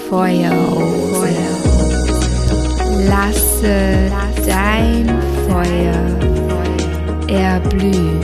Feuerrose. Lasse dein Feuer erblühen.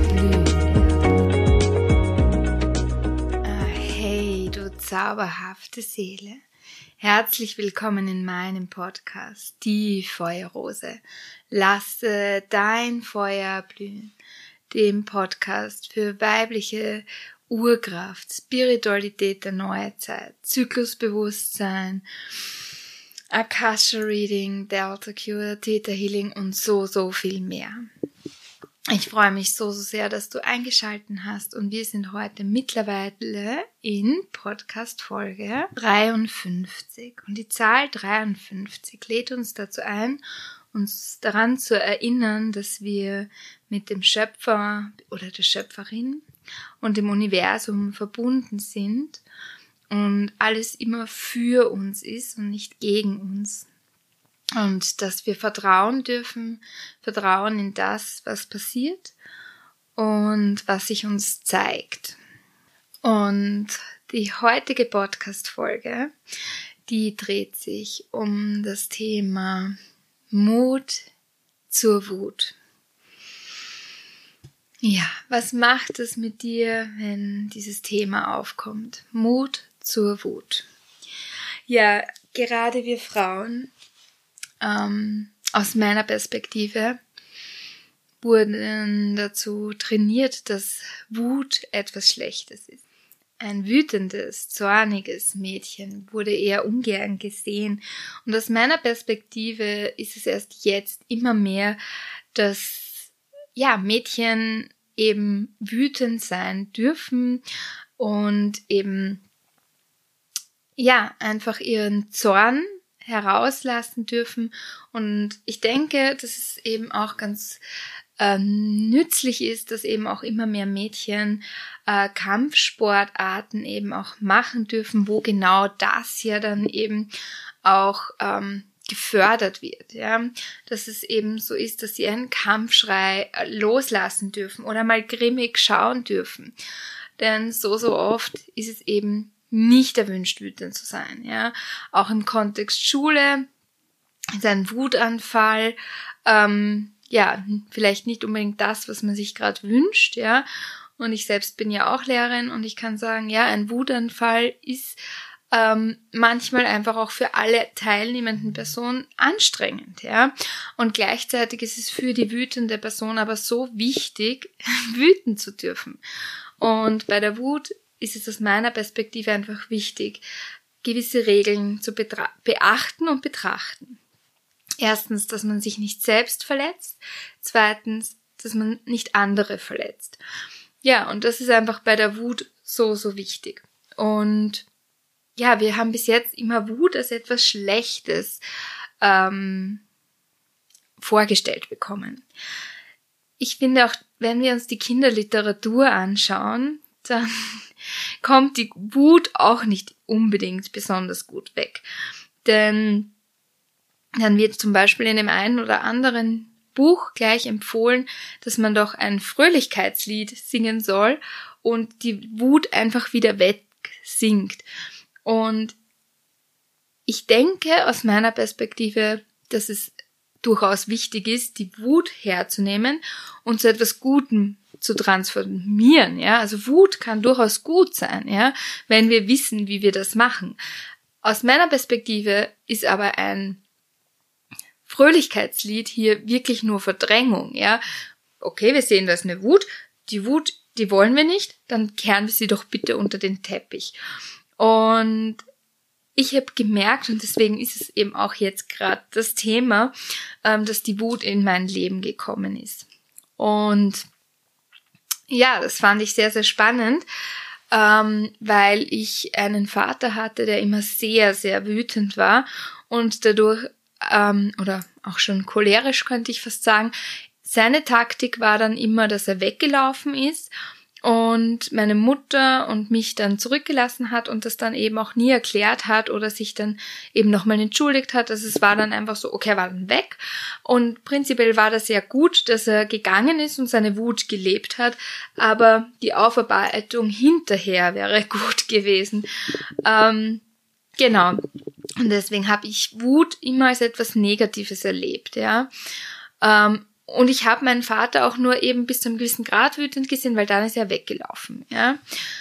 Hey, du zauberhafte Seele. Herzlich willkommen in meinem Podcast, die Feuerrose. Lasse dein Feuer blühen. Dem Podcast für weibliche Urkraft, Spiritualität der Neuzeit, Zyklusbewusstsein, Akasha Reading, Delta Cure, Theta Healing und so viel mehr. Ich freue mich so sehr, dass du eingeschaltet hast und wir sind heute mittlerweile in Podcast-Folge 53. Und die Zahl 53 lädt uns dazu ein, uns daran zu erinnern, dass wir mit dem Schöpfer oder der Schöpferin und dem Universum verbunden sind und alles immer für uns ist und nicht gegen uns. Und dass wir vertrauen dürfen, vertrauen in das, was passiert und was sich uns zeigt. Und die heutige Podcast-Folge, die dreht sich um das Thema Mut zur Wut. Ja, was macht es mit dir, wenn dieses Thema aufkommt? Mut zur Wut. Ja, gerade wir Frauen, aus meiner Perspektive, wurden dazu trainiert, dass Wut etwas Schlechtes ist. Ein wütendes, zorniges Mädchen wurde eher ungern gesehen. Und aus meiner Perspektive ist es erst jetzt immer mehr, dass Mädchen eben wütend sein dürfen und eben einfach ihren Zorn herauslassen dürfen. Und ich denke, dass es eben auch ganz nützlich ist, dass eben auch immer mehr Mädchen Kampfsportarten eben auch machen dürfen, wo genau das ja dann eben auch gefördert wird, ja, dass es eben so ist, dass sie einen Kampfschrei loslassen dürfen oder mal grimmig schauen dürfen, denn so oft ist es eben nicht erwünscht, wütend zu sein, ja, auch im Kontext Schule ist ein Wutanfall, vielleicht nicht unbedingt das, was man sich gerade wünscht, ja, und ich selbst bin ja auch Lehrerin und ich kann sagen, ja, ein Wutanfall ist manchmal einfach auch für alle teilnehmenden Personen anstrengend, ja. Und gleichzeitig ist es für die wütende Person aber so wichtig, wüten zu dürfen. Und bei der Wut ist es aus meiner Perspektive einfach wichtig, gewisse Regeln zu beachten und betrachten. Erstens, dass man sich nicht selbst verletzt. Zweitens, dass man nicht andere verletzt. Ja, und das ist einfach bei der Wut so wichtig. Und ja, wir haben bis jetzt immer Wut als etwas Schlechtes vorgestellt bekommen. Ich finde auch, wenn wir uns die Kinderliteratur anschauen, dann kommt die Wut auch nicht unbedingt besonders gut weg. Denn dann wird zum Beispiel in dem einen oder anderen Buch gleich empfohlen, dass man doch ein Fröhlichkeitslied singen soll und die Wut einfach wieder wegsinkt. Und ich denke aus meiner Perspektive, dass es durchaus wichtig ist, die Wut herzunehmen und zu etwas Gutem zu transformieren, ja. Also Wut kann durchaus gut sein, ja, wenn wir wissen, wie wir das machen. Aus meiner Perspektive ist aber ein Fröhlichkeitslied hier wirklich nur Verdrängung, ja. Okay, wir sehen, da ist eine Wut, die wollen wir nicht, dann kehren wir sie doch bitte unter den Teppich. Und ich habe gemerkt, und deswegen ist es eben auch jetzt gerade das Thema, dass die Wut in mein Leben gekommen ist. Und ja, das fand ich sehr spannend, weil ich einen Vater hatte, der immer sehr wütend war und dadurch, oder auch schon cholerisch könnte ich fast sagen, seine Taktik war dann immer, dass er weggelaufen ist und meine Mutter und mich dann zurückgelassen hat und das dann eben auch nie erklärt hat oder sich dann eben nochmal entschuldigt hat. Also es war dann einfach so, okay, er war dann weg und prinzipiell war das ja gut, dass er gegangen ist und seine Wut gelebt hat, aber die Aufarbeitung hinterher wäre gut gewesen. Genau. Und deswegen habe ich Wut immer als etwas Negatives erlebt, ja. Und ich habe meinen Vater auch nur eben bis zu einem gewissen Grad wütend gesehen, weil dann ist er weggelaufen, ja.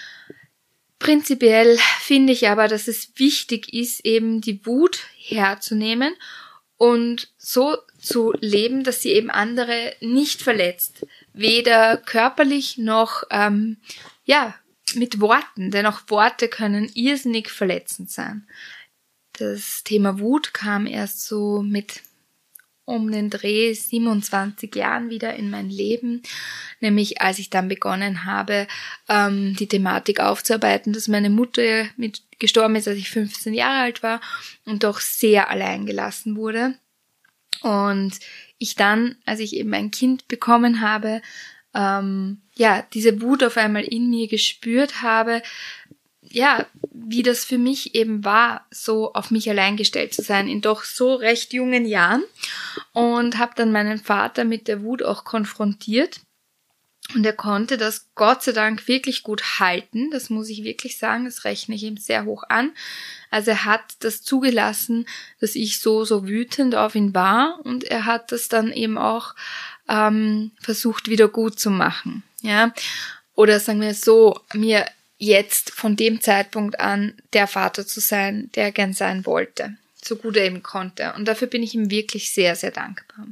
Prinzipiell finde ich aber, dass es wichtig ist, eben die Wut herzunehmen und so zu leben, dass sie eben andere nicht verletzt. Weder körperlich noch, mit Worten, denn auch Worte können irrsinnig verletzend sein. Das Thema Wut kam erst so mit um den Dreh 27 Jahren wieder in mein Leben, nämlich als ich dann begonnen habe, die Thematik aufzuarbeiten, dass meine Mutter gestorben ist, als ich 15 Jahre alt war und doch sehr allein gelassen wurde. Und ich dann, als ich eben ein Kind bekommen habe, diese Wut auf einmal in mir gespürt habe, ja, wie das für mich eben war, so auf mich allein gestellt zu sein, in doch so recht jungen Jahren, und habe dann meinen Vater mit der Wut auch konfrontiert, und er konnte das Gott sei Dank wirklich gut halten, das muss ich wirklich sagen, das rechne ich ihm sehr hoch an. Also er hat das zugelassen, dass ich so wütend auf ihn war, und er hat das dann eben auch versucht wieder gut zu machen, ja, oder sagen wir so, mir jetzt von dem Zeitpunkt an der Vater zu sein, der gern sein wollte, so gut er eben konnte. Und dafür bin ich ihm wirklich sehr, sehr dankbar.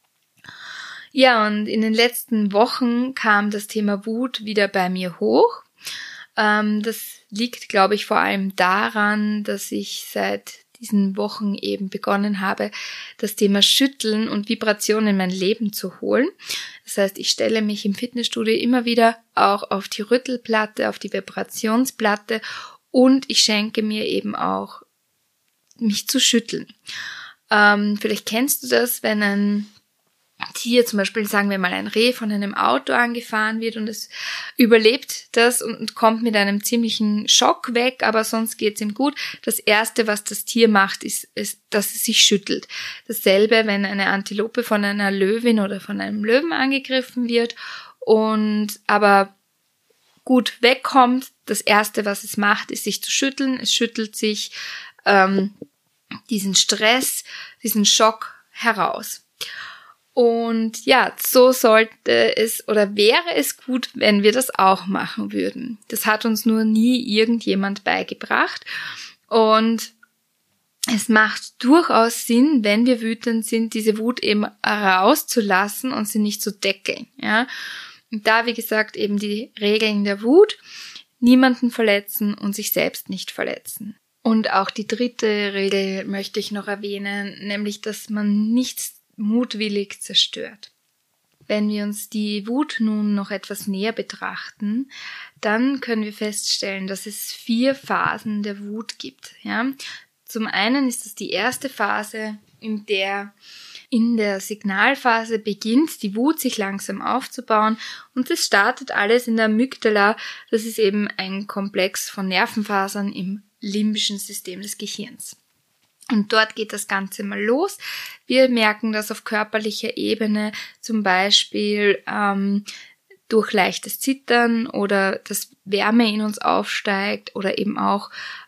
Ja, und in den letzten Wochen kam das Thema Wut wieder bei mir hoch. Das liegt, glaube ich, vor allem daran, dass ich seit diesen Wochen eben begonnen habe, das Thema Schütteln und Vibration in mein Leben zu holen. Das heißt, ich stelle mich im Fitnessstudio immer wieder auch auf die Rüttelplatte, auf die Vibrationsplatte, und ich schenke mir eben auch, mich zu schütteln. Vielleicht kennst du das, wenn ein Tier, zum Beispiel sagen wir mal ein Reh, von einem Auto angefahren wird und es überlebt das und kommt mit einem ziemlichen Schock weg, aber sonst geht's ihm gut. Das Erste, was das Tier macht, ist, dass es sich schüttelt. Dasselbe, wenn eine Antilope von einer Löwin oder von einem Löwen angegriffen wird und aber gut wegkommt, das Erste, was es macht, ist sich zu schütteln. Es schüttelt sich diesen Stress, diesen Schock heraus. Und ja, so sollte es oder wäre es gut, wenn wir das auch machen würden. Das hat uns nur nie irgendjemand beigebracht. Und es macht durchaus Sinn, wenn wir wütend sind, diese Wut eben rauszulassen und sie nicht zu deckeln. Ja? Und da, wie gesagt, eben die Regeln der Wut: niemanden verletzen und sich selbst nicht verletzen. Und auch die dritte Regel möchte ich noch erwähnen, nämlich, dass man nichts mutwillig zerstört. Wenn wir uns die Wut nun noch etwas näher betrachten, dann können wir feststellen, dass es 4 Phasen der Wut gibt. Ja? Zum einen ist es die erste Phase, in der Signalphase beginnt die Wut sich langsam aufzubauen, und es startet alles in der Amygdala. Das ist eben ein Komplex von Nervenfasern im limbischen System des Gehirns. Und dort geht das Ganze mal los. Wir merken das auf körperlicher Ebene, zum Beispiel durch leichtes Zittern oder dass Wärme in uns aufsteigt oder eben auch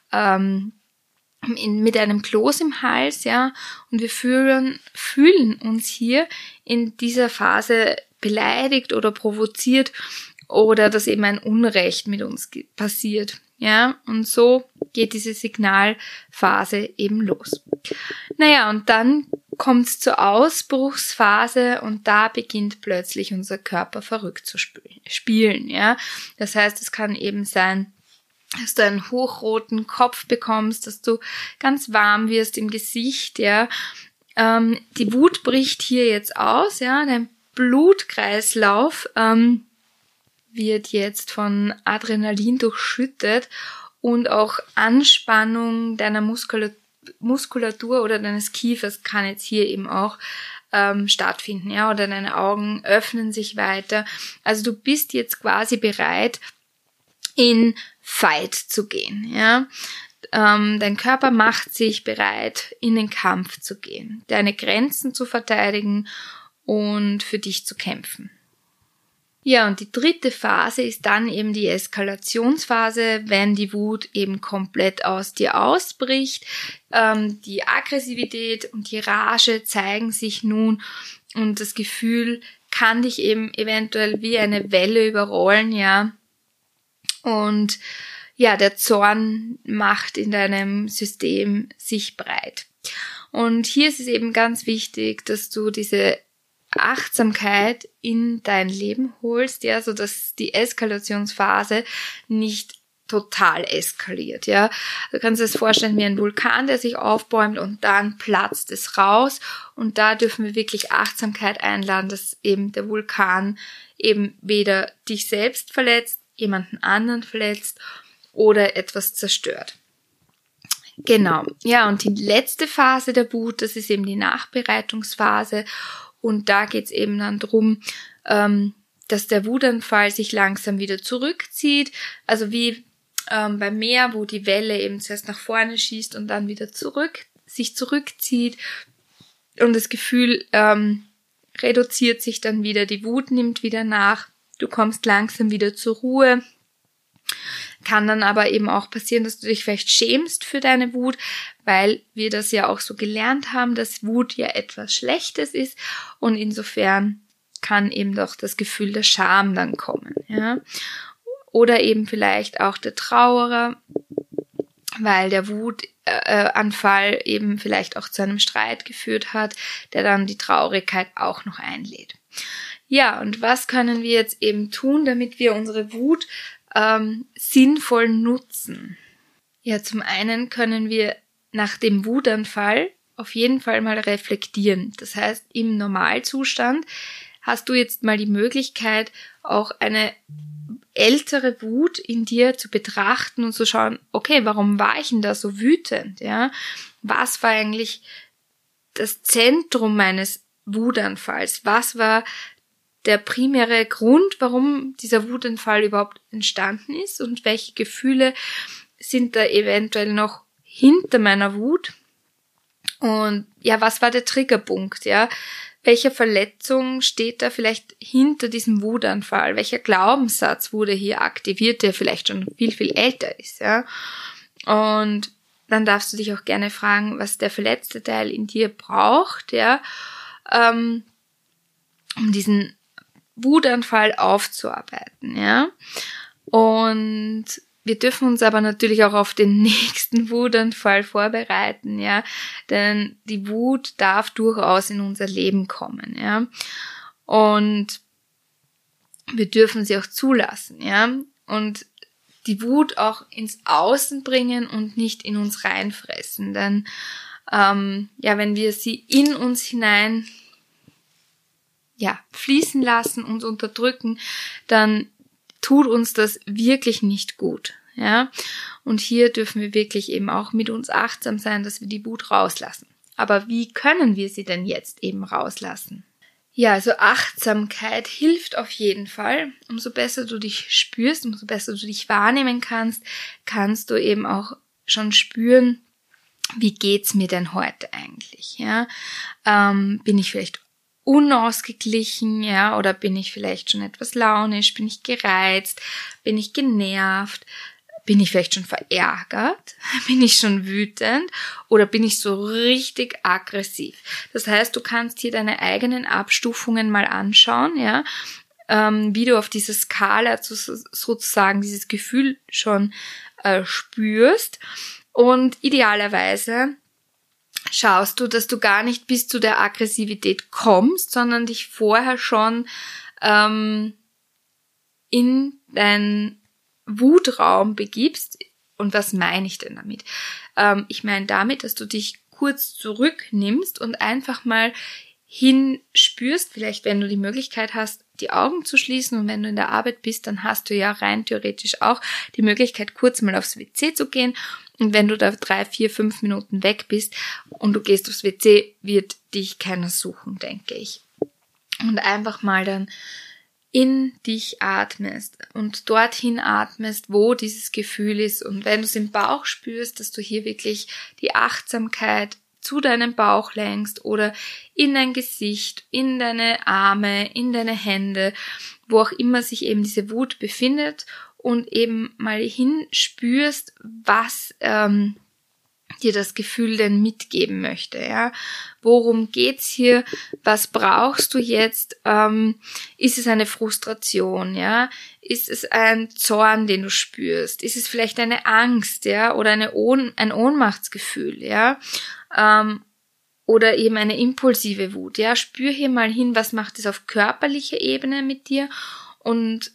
mit einem Kloß im Hals, ja. Und wir fühlen uns hier in dieser Phase beleidigt oder provoziert oder dass eben ein Unrecht mit uns passiert. Ja, und so geht diese Signalphase eben los. Naja, und dann kommt es zur Ausbruchsphase, und da beginnt plötzlich unser Körper verrückt zu spielen. Ja, das heißt, es kann eben sein, dass du einen hochroten Kopf bekommst, dass du ganz warm wirst im Gesicht. Ja, die Wut bricht hier jetzt aus. Ja, dein Blutkreislauf wird jetzt von Adrenalin durchschüttet, und auch Anspannung deiner Muskulatur oder deines Kiefers kann jetzt hier eben auch stattfinden, ja, oder deine Augen öffnen sich weiter. Also du bist jetzt quasi bereit, in Fight zu gehen, ja. Dein Körper macht sich bereit, in den Kampf zu gehen, deine Grenzen zu verteidigen und für dich zu kämpfen. Ja, und die dritte Phase ist dann eben die Eskalationsphase, wenn die Wut eben komplett aus dir ausbricht. Die Aggressivität und die Rage zeigen sich nun und das Gefühl kann dich eben eventuell wie eine Welle überrollen, ja. Und ja, der Zorn macht in deinem System sich breit. Und hier ist es eben ganz wichtig, dass du diese Achtsamkeit in dein Leben holst, ja, so dass die Eskalationsphase nicht total eskaliert, ja. Du kannst dir das vorstellen wie ein Vulkan, der sich aufbäumt und dann platzt es raus und da dürfen wir wirklich Achtsamkeit einladen, dass eben der Vulkan eben weder dich selbst verletzt, jemanden anderen verletzt oder etwas zerstört. Genau, ja, und die letzte Phase der Wut, das ist eben die Nachbereitungsphase. Und da geht's eben dann drum, dass der Wutanfall sich langsam wieder zurückzieht. Also wie beim Meer, wo die Welle eben zuerst nach vorne schießt und dann wieder sich zurückzieht. Und das Gefühl reduziert sich dann wieder, die Wut nimmt wieder nach. Du kommst langsam wieder zur Ruhe. Kann dann aber eben auch passieren, dass du dich vielleicht schämst für deine Wut, weil wir das ja auch so gelernt haben, dass Wut ja etwas Schlechtes ist und insofern kann eben doch das Gefühl der Scham dann kommen, ja. Oder eben vielleicht auch der Trauer, weil der Wutanfall eben vielleicht auch zu einem Streit geführt hat, der dann die Traurigkeit auch noch einlädt. Ja, und was können wir jetzt eben tun, damit wir unsere Wut sinnvoll nutzen? Ja, zum einen können wir nach dem Wutanfall auf jeden Fall mal reflektieren. Das heißt, im Normalzustand hast du jetzt mal die Möglichkeit, auch eine ältere Wut in dir zu betrachten und zu schauen, okay, warum war ich denn da so wütend? Ja, was war eigentlich das Zentrum meines Wutanfalls? Was war der primäre Grund, warum dieser Wutanfall überhaupt entstanden ist und welche Gefühle sind da eventuell noch hinter meiner Wut? Und ja, was war der Triggerpunkt, ja? Welche Verletzung steht da vielleicht hinter diesem Wutanfall? Welcher Glaubenssatz wurde hier aktiviert, der vielleicht schon viel, viel älter ist, ja? Und dann darfst du dich auch gerne fragen, was der verletzte Teil in dir braucht, ja, um diesen Wutanfall aufzuarbeiten, ja. Und wir dürfen uns aber natürlich auch auf den nächsten Wutanfall vorbereiten, ja, denn die Wut darf durchaus in unser Leben kommen, ja. Und wir dürfen sie auch zulassen, ja, und die Wut auch ins Außen bringen und nicht in uns reinfressen, denn ja, wenn wir sie in uns hinein fließen lassen, uns unterdrücken, dann tut uns das wirklich nicht gut, ja. Und hier dürfen wir wirklich eben auch mit uns achtsam sein, dass wir die Wut rauslassen. Aber wie können wir sie denn jetzt eben rauslassen? Ja, also Achtsamkeit hilft auf jeden Fall. Umso besser du dich spürst, umso besser du dich wahrnehmen kannst, kannst du eben auch schon spüren, wie geht's mir denn heute eigentlich, ja? Bin ich vielleicht unausgeglichen, ja, oder bin ich vielleicht schon etwas launisch, bin ich gereizt, bin ich genervt, bin ich vielleicht schon verärgert, bin ich schon wütend oder bin ich so richtig aggressiv. Das heißt, du kannst hier deine eigenen Abstufungen mal anschauen, ja, wie du auf dieser Skala sozusagen dieses Gefühl schon spürst und idealerweise schaust du, dass du gar nicht bis zu der Aggressivität kommst, sondern dich vorher schon in deinen Wutraum begibst. Und was meine ich denn damit? Ich meine damit, dass du dich kurz zurücknimmst und einfach mal hinspürst, vielleicht wenn du die Möglichkeit hast, die Augen zu schließen und wenn du in der Arbeit bist, dann hast du ja rein theoretisch auch die Möglichkeit, kurz mal aufs WC zu gehen. Und wenn du da 3, 4, 5 Minuten weg bist und du gehst aufs WC, wird dich keiner suchen, denke ich. Und einfach mal dann in dich atmest und dorthin atmest, wo dieses Gefühl ist. Und wenn du es im Bauch spürst, dass du hier wirklich die Achtsamkeit zu deinem Bauch lenkst oder in dein Gesicht, in deine Arme, in deine Hände, wo auch immer sich eben diese Wut befindet und eben mal hinspürst, was dir das Gefühl denn mitgeben möchte, ja. Worum geht's hier? Was brauchst du jetzt? Ist es eine Frustration, ja? Ist es ein Zorn, den du spürst? Ist es vielleicht eine Angst, ja? Oder ein Ohnmachtsgefühl, ja? Oder eben eine impulsive Wut, ja? Spür hier mal hin, was macht es auf körperlicher Ebene mit dir? Und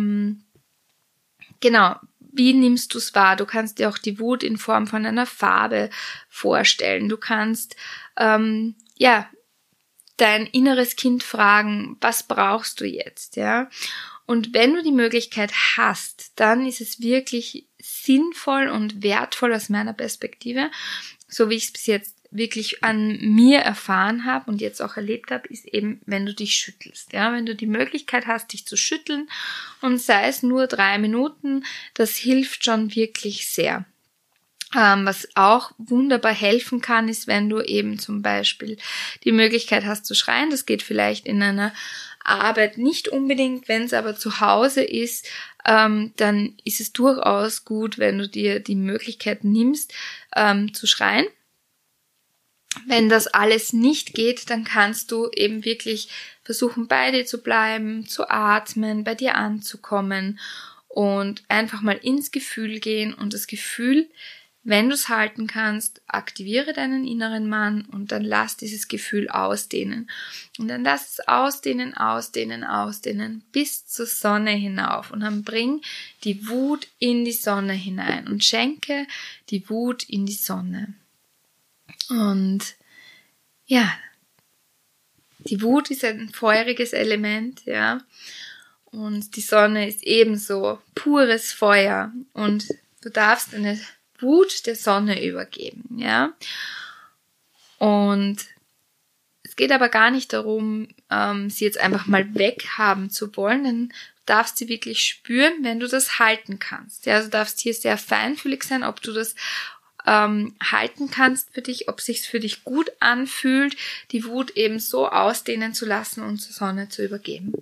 genau, wie nimmst du es wahr? Du kannst dir auch die Wut in Form von einer Farbe vorstellen. Du kannst dein inneres Kind fragen, was brauchst du jetzt, ja? Und wenn du die Möglichkeit hast, dann ist es wirklich sinnvoll und wertvoll aus meiner Perspektive, so wie ich es bis jetzt wirklich an mir erfahren habe und jetzt auch erlebt habe, ist eben, wenn du dich schüttelst. Ja, wenn du die Möglichkeit hast, dich zu schütteln und sei es nur 3 Minuten, das hilft schon wirklich sehr. Was auch wunderbar helfen kann, ist, wenn du eben zum Beispiel die Möglichkeit hast zu schreien. Das geht vielleicht in einer Arbeit nicht unbedingt, wenn es aber zu Hause ist, dann ist es durchaus gut, wenn du dir die Möglichkeit nimmst, zu schreien. Wenn das alles nicht geht, dann kannst du eben wirklich versuchen, bei dir zu bleiben, zu atmen, bei dir anzukommen und einfach mal ins Gefühl gehen und das Gefühl, wenn du es halten kannst, aktiviere deinen inneren Mann und dann lass dieses Gefühl ausdehnen. Und dann lass es ausdehnen, ausdehnen, ausdehnen bis zur Sonne hinauf. Und dann bring die Wut in die Sonne hinein und schenke die Wut in die Sonne. Und ja, die Wut ist ein feuriges Element, ja, und die Sonne ist ebenso pures Feuer und du darfst deine Wut der Sonne übergeben, ja. Und es geht aber gar nicht darum, sie jetzt einfach mal weghaben zu wollen, denn du darfst sie wirklich spüren, wenn du das halten kannst. Ja, also du darfst hier sehr feinfühlig sein, ob du das halten kannst für dich, ob sich's für dich gut anfühlt, die Wut eben so ausdehnen zu lassen und zur Sonne zu übergeben.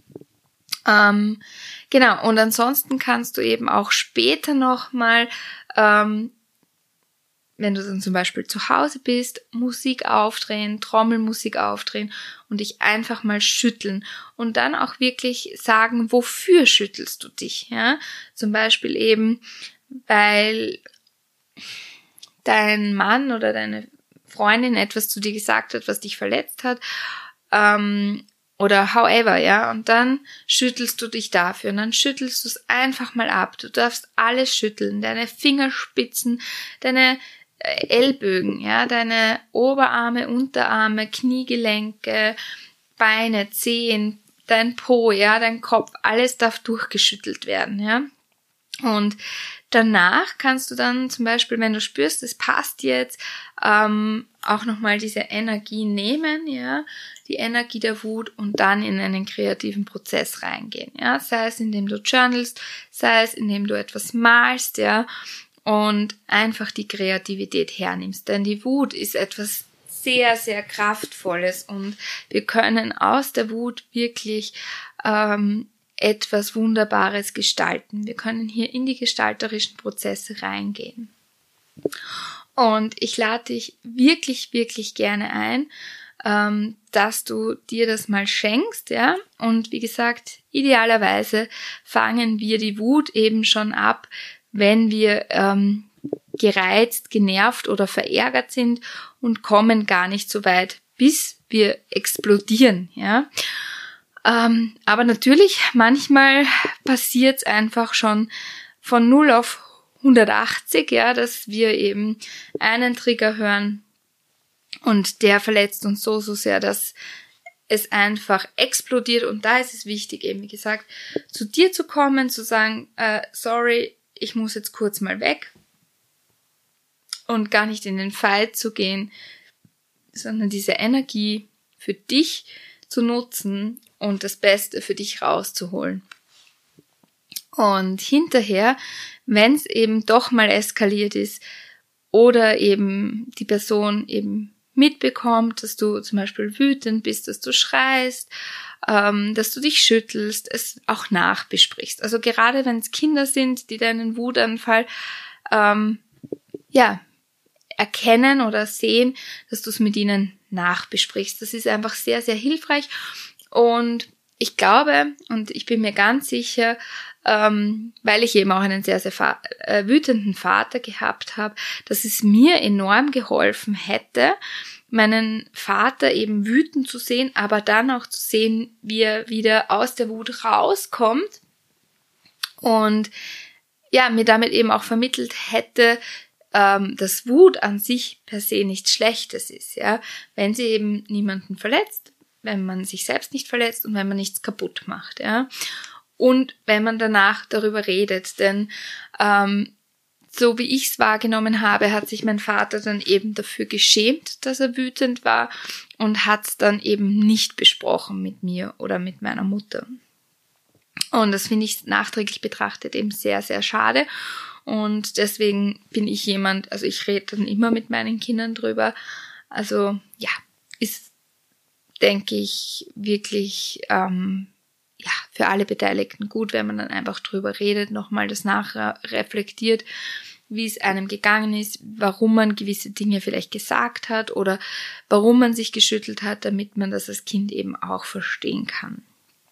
Genau, und ansonsten kannst du eben auch später nochmal, wenn du dann zum Beispiel zu Hause bist, Musik aufdrehen, Trommelmusik aufdrehen und dich einfach mal schütteln und dann auch wirklich sagen, wofür schüttelst du dich, ja? Zum Beispiel eben, weil dein Mann oder deine Freundin etwas zu dir gesagt hat, was dich verletzt hat, oder however, ja, und dann schüttelst du dich dafür und dann schüttelst du es einfach mal ab. Du darfst alles schütteln, deine Fingerspitzen, deine Ellbögen, ja, deine Oberarme, Unterarme, Kniegelenke, Beine, Zehen, dein Po, ja, dein Kopf, alles darf durchgeschüttelt werden, ja. Und danach kannst du dann zum Beispiel, wenn du spürst, es passt jetzt, auch nochmal diese Energie nehmen, ja, die Energie der Wut und dann in einen kreativen Prozess reingehen, ja, sei es indem du journalst, sei es indem du etwas malst, ja, und einfach die Kreativität hernimmst, denn die Wut ist etwas sehr, sehr Kraftvolles und wir können aus der Wut wirklich etwas Wunderbares gestalten. Wir können hier in die gestalterischen Prozesse reingehen. Und ich lade dich wirklich, wirklich gerne ein, dass du dir das mal schenkst, ja. Und wie gesagt, idealerweise fangen wir die Wut eben schon ab, wenn wir gereizt, genervt oder verärgert sind und kommen gar nicht so weit, bis wir explodieren, ja. Aber natürlich, manchmal passiert es einfach schon von 0 auf 180, ja, dass wir eben einen Trigger hören und der verletzt uns so sehr, dass es einfach explodiert. Und da ist es wichtig, eben wie gesagt, zu dir zu kommen, zu sagen, sorry, ich muss jetzt kurz mal weg und gar nicht in den Fight zu gehen, sondern diese Energie für dich zu nutzen und das Beste für dich rauszuholen. Und hinterher, wenn es eben doch mal eskaliert ist oder eben die Person eben mitbekommt, dass du zum Beispiel wütend bist, dass du schreist, dass du dich schüttelst, es auch nachbesprichst. Also gerade wenn es Kinder sind, die deinen Wutanfall erkennen oder sehen, dass du es mit ihnen nachbesprichst. Das ist einfach sehr, sehr hilfreich. Und ich glaube und ich bin mir ganz sicher, weil ich eben auch einen sehr, sehr wütenden Vater gehabt habe, dass es mir enorm geholfen hätte, meinen Vater eben wütend zu sehen, aber dann auch zu sehen, wie er wieder aus der Wut rauskommt und ja, mir damit eben auch vermittelt hätte, dass Wut an sich per se nichts Schlechtes ist, ja, wenn sie eben niemanden verletzt, wenn man sich selbst nicht verletzt und wenn man nichts kaputt macht, ja. Und wenn man danach darüber redet, denn so wie ich es wahrgenommen habe, hat sich mein Vater dann eben dafür geschämt, dass er wütend war und hat es dann eben nicht besprochen mit mir oder mit meiner Mutter. Und das finde ich nachträglich betrachtet eben sehr, sehr schade. Und deswegen bin ich jemand, also ich rede dann immer mit meinen Kindern drüber. Also ja, ist, denke ich, wirklich für alle Beteiligten gut, wenn man dann einfach drüber redet, nochmal das nachreflektiert, wie es einem gegangen ist, warum man gewisse Dinge vielleicht gesagt hat oder warum man sich geschüttelt hat, damit man das als Kind eben auch verstehen kann.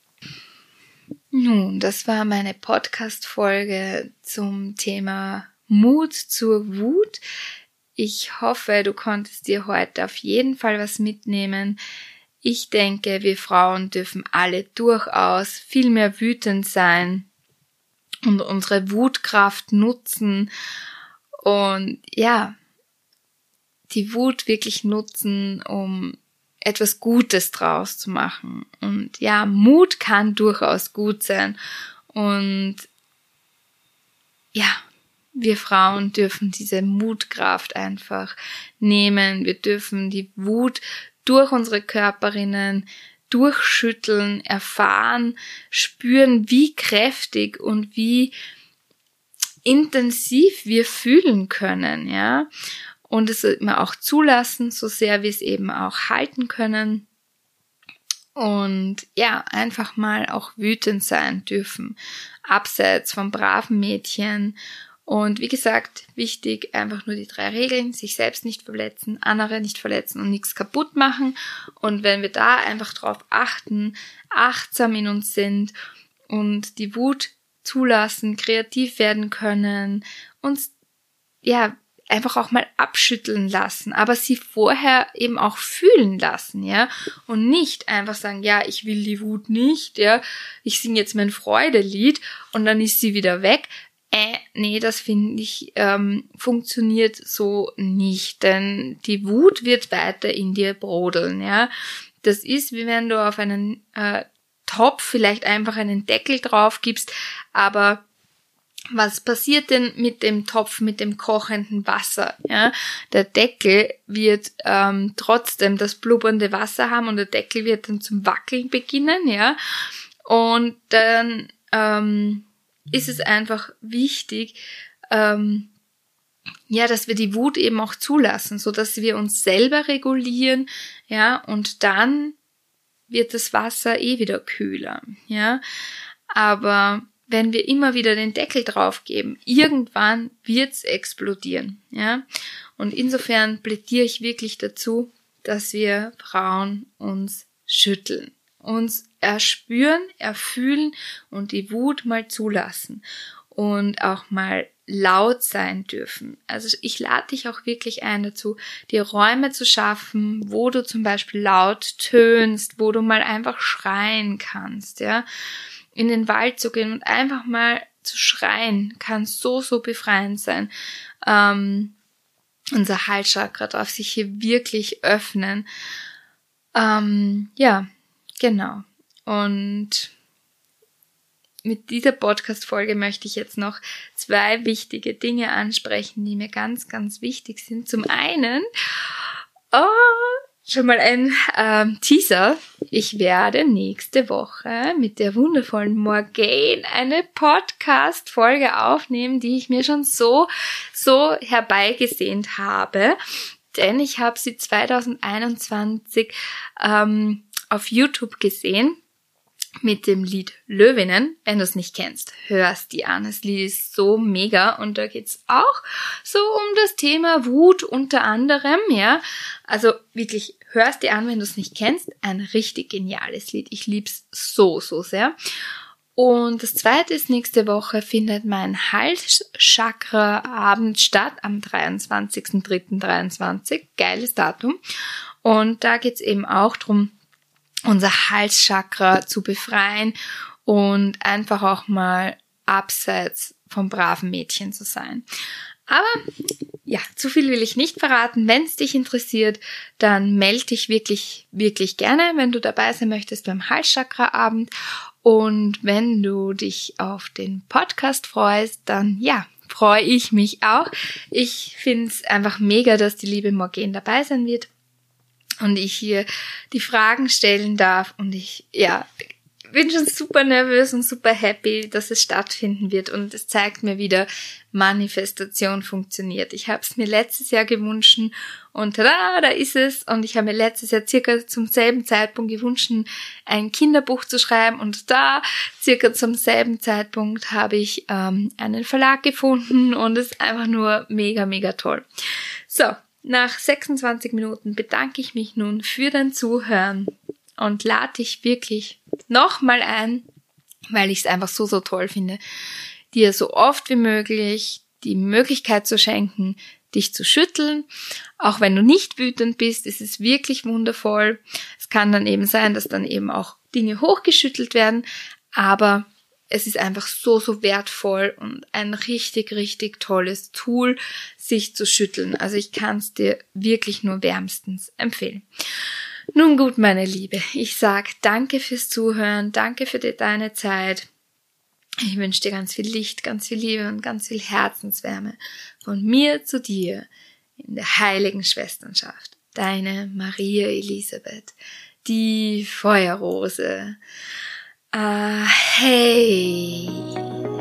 Nun, das war meine Podcast-Folge zum Thema Mut zur Wut. Ich hoffe, du konntest dir heute auf jeden Fall was mitnehmen. Ich denke, wir Frauen dürfen alle durchaus viel mehr wütend sein und unsere Wutkraft nutzen und ja, die Wut wirklich nutzen, um etwas Gutes draus zu machen. Und ja, Mut kann durchaus gut sein. Und ja, wir Frauen dürfen diese Mutkraft einfach nehmen. Wir dürfen die Wut durch unsere Körperinnen durchschütteln, erfahren, spüren, wie kräftig und wie intensiv wir fühlen können, ja. Und es immer auch zulassen, so sehr wir es eben auch halten können. Und ja, einfach mal auch wütend sein dürfen, abseits vom braven Mädchen. Und wie gesagt, wichtig, einfach nur die 3 Regeln, sich selbst nicht verletzen, andere nicht verletzen und nichts kaputt machen. Und wenn wir da einfach drauf achten, achtsam in uns sind und die Wut zulassen, kreativ werden können, uns ja einfach auch mal abschütteln lassen, aber sie vorher eben auch fühlen lassen, ja, und nicht einfach sagen, ja, ich will die Wut nicht, ja, ich singe jetzt mein Freudelied und dann ist sie wieder weg. Nee, das finde ich, funktioniert so nicht, denn die Wut wird weiter in dir brodeln, ja. Das ist, wie wenn du auf einen Topf vielleicht einfach einen Deckel drauf gibst, aber was passiert denn mit dem Topf, mit dem kochenden Wasser? Ja, der Deckel wird trotzdem das blubbernde Wasser haben und der Deckel wird dann zum Wackeln beginnen, ja. Und dann ist es einfach wichtig, dass wir die Wut eben auch zulassen, so dass wir uns selber regulieren, ja, und dann wird das Wasser wieder kühler, ja. Aber wenn wir immer wieder den Deckel drauf geben, irgendwann wird's explodieren, ja. Und insofern plädiere ich wirklich dazu, dass wir Frauen uns schütteln, uns erspüren, erfühlen und die Wut mal zulassen und auch mal laut sein dürfen. Also ich lade dich auch wirklich ein dazu, dir Räume zu schaffen, wo du zum Beispiel laut tönst, wo du mal einfach schreien kannst, ja. In den Wald zu gehen und einfach mal zu schreien, kann so, so befreiend sein. Unser Halschakra darf sich hier wirklich öffnen. Ja, genau. Und mit dieser Podcast-Folge möchte ich jetzt noch 2 wichtige Dinge ansprechen, die mir ganz, ganz wichtig sind. Zum einen, schon mal ein Teaser. Ich werde nächste Woche mit der wundervollen Morgane eine Podcast-Folge aufnehmen, die ich mir schon so herbeigesehnt habe. denn ich habe sie 2021 auf YouTube gesehen mit dem Lied Löwinnen. Wenn du es nicht kennst, hörst die an. Das Lied ist so mega und da geht's auch so um das Thema Wut unter anderem, ja. Also wirklich, hörst die an, wenn du es nicht kennst. Ein richtig geniales Lied. Ich lieb's so, so sehr. Und das zweite ist, nächste Woche findet mein Halschakra-Abend statt, am 23.03.23. Geiles Datum. Und da geht's eben auch drum, unser Halschakra zu befreien und einfach auch mal abseits vom braven Mädchen zu sein. Aber ja, zu viel will ich nicht verraten. Wenn es dich interessiert, dann melde dich wirklich, wirklich gerne, wenn du dabei sein möchtest beim Halschakra-Abend. Und wenn du dich auf den Podcast freust, dann ja, freue ich mich auch. Ich finde es einfach mega, dass die liebe Morgane dabei sein wird und ich hier die Fragen stellen darf. Und ich bin schon super nervös und super happy, dass es stattfinden wird. Und es zeigt mir wieder, Manifestation funktioniert. Ich habe es mir letztes Jahr gewünscht und tada, da ist es. Und ich habe mir letztes Jahr circa zum selben Zeitpunkt gewünscht, ein Kinderbuch zu schreiben. Und da, circa zum selben Zeitpunkt, habe ich einen Verlag gefunden und es ist einfach nur mega, mega toll. So, nach 26 Minuten bedanke ich mich nun für dein Zuhören und lade dich wirklich nochmal ein, weil ich es einfach so, so toll finde, dir so oft wie möglich die Möglichkeit zu schenken, dich zu schütteln. Auch wenn du nicht wütend bist, ist es wirklich wundervoll. Es kann dann eben sein, dass dann eben auch Dinge hochgeschüttelt werden, aber es ist einfach so, so wertvoll und ein richtig, richtig tolles Tool, sich zu schütteln. Also ich kann es dir wirklich nur wärmstens empfehlen. Nun gut, meine Liebe, ich sag danke fürs Zuhören, danke für deine Zeit. Ich wünsche dir ganz viel Licht, ganz viel Liebe und ganz viel Herzenswärme von mir zu dir in der heiligen Schwesternschaft. Deine Maria Elisabeth, die Feuerrose. Hey.